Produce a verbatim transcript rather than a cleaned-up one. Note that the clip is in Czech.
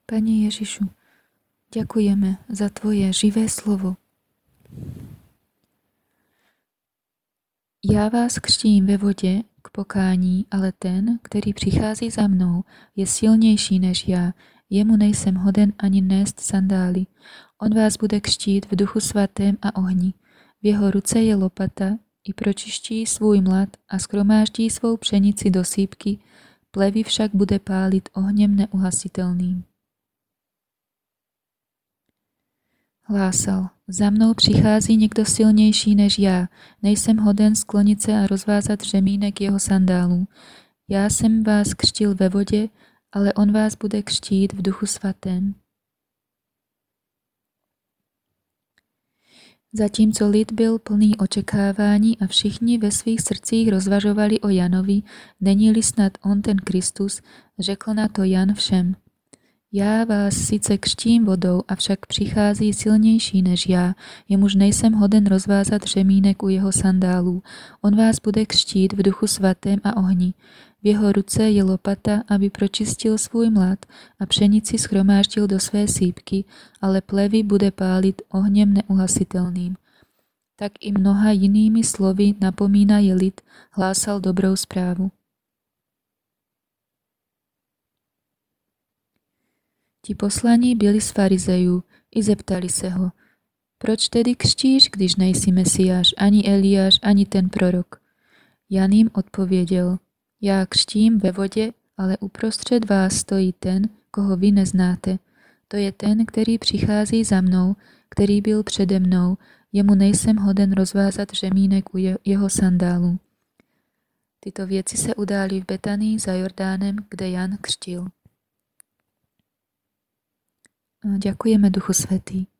Pane Ježišu, ďakujeme za Tvoje živé slovo. Já vás křtím ve vodě k pokání, ale ten, který přichází za mnou, je silnější než já. Jemu nejsem hoden ani nést sandály. On vás bude křtít v duchu svatém a ohni. V jeho ruce je lopata, i pročiští svůj mlad a schromáždí svou pšenici do sýpky, plevy však bude pálit ohněm neuhasitelným. Hlásal, za mnou přichází někdo silnější než já, nejsem hoden sklonit se a rozvázat řemínek jeho sandálů. Já jsem vás křtil ve vodě, ale on vás bude křtít v duchu svatém. Zatímco lid byl plný očekávání a všichni ve svých srdcích rozvažovali o Janovi, není-li snad on ten Kristus, řekl na to Jan všem. Já vás sice křtím vodou, avšak přichází silnější než já, jemuž nejsem hoden rozvázat řemínek u jeho sandálů. On vás bude křtít v duchu svatém a ohni. V jeho ruce je lopata, aby pročistil svůj mlad a pšenici schromáždil do své sýpky, ale plevy bude pálit ohněm neuhasitelným. Tak i mnoha jinými slovy napomíná je lid, hlásal dobrou zprávu. Ti poslaní byli z farizejů i zeptali se ho, proč tedy křtíš, když nejsi Mesiáš, ani Eliáš, ani ten prorok? Jan jim odpověděl, já křtím ve vodě, ale uprostřed vás stojí ten, koho vy neznáte. To je ten, který přichází za mnou, který byl přede mnou, jemu nejsem hoden rozvázat řemínek u jeho sandálů. Tyto věci se udály v Betanii za Jordánem, kde Jan křtil. Ďakujeme, Duchu Svätý.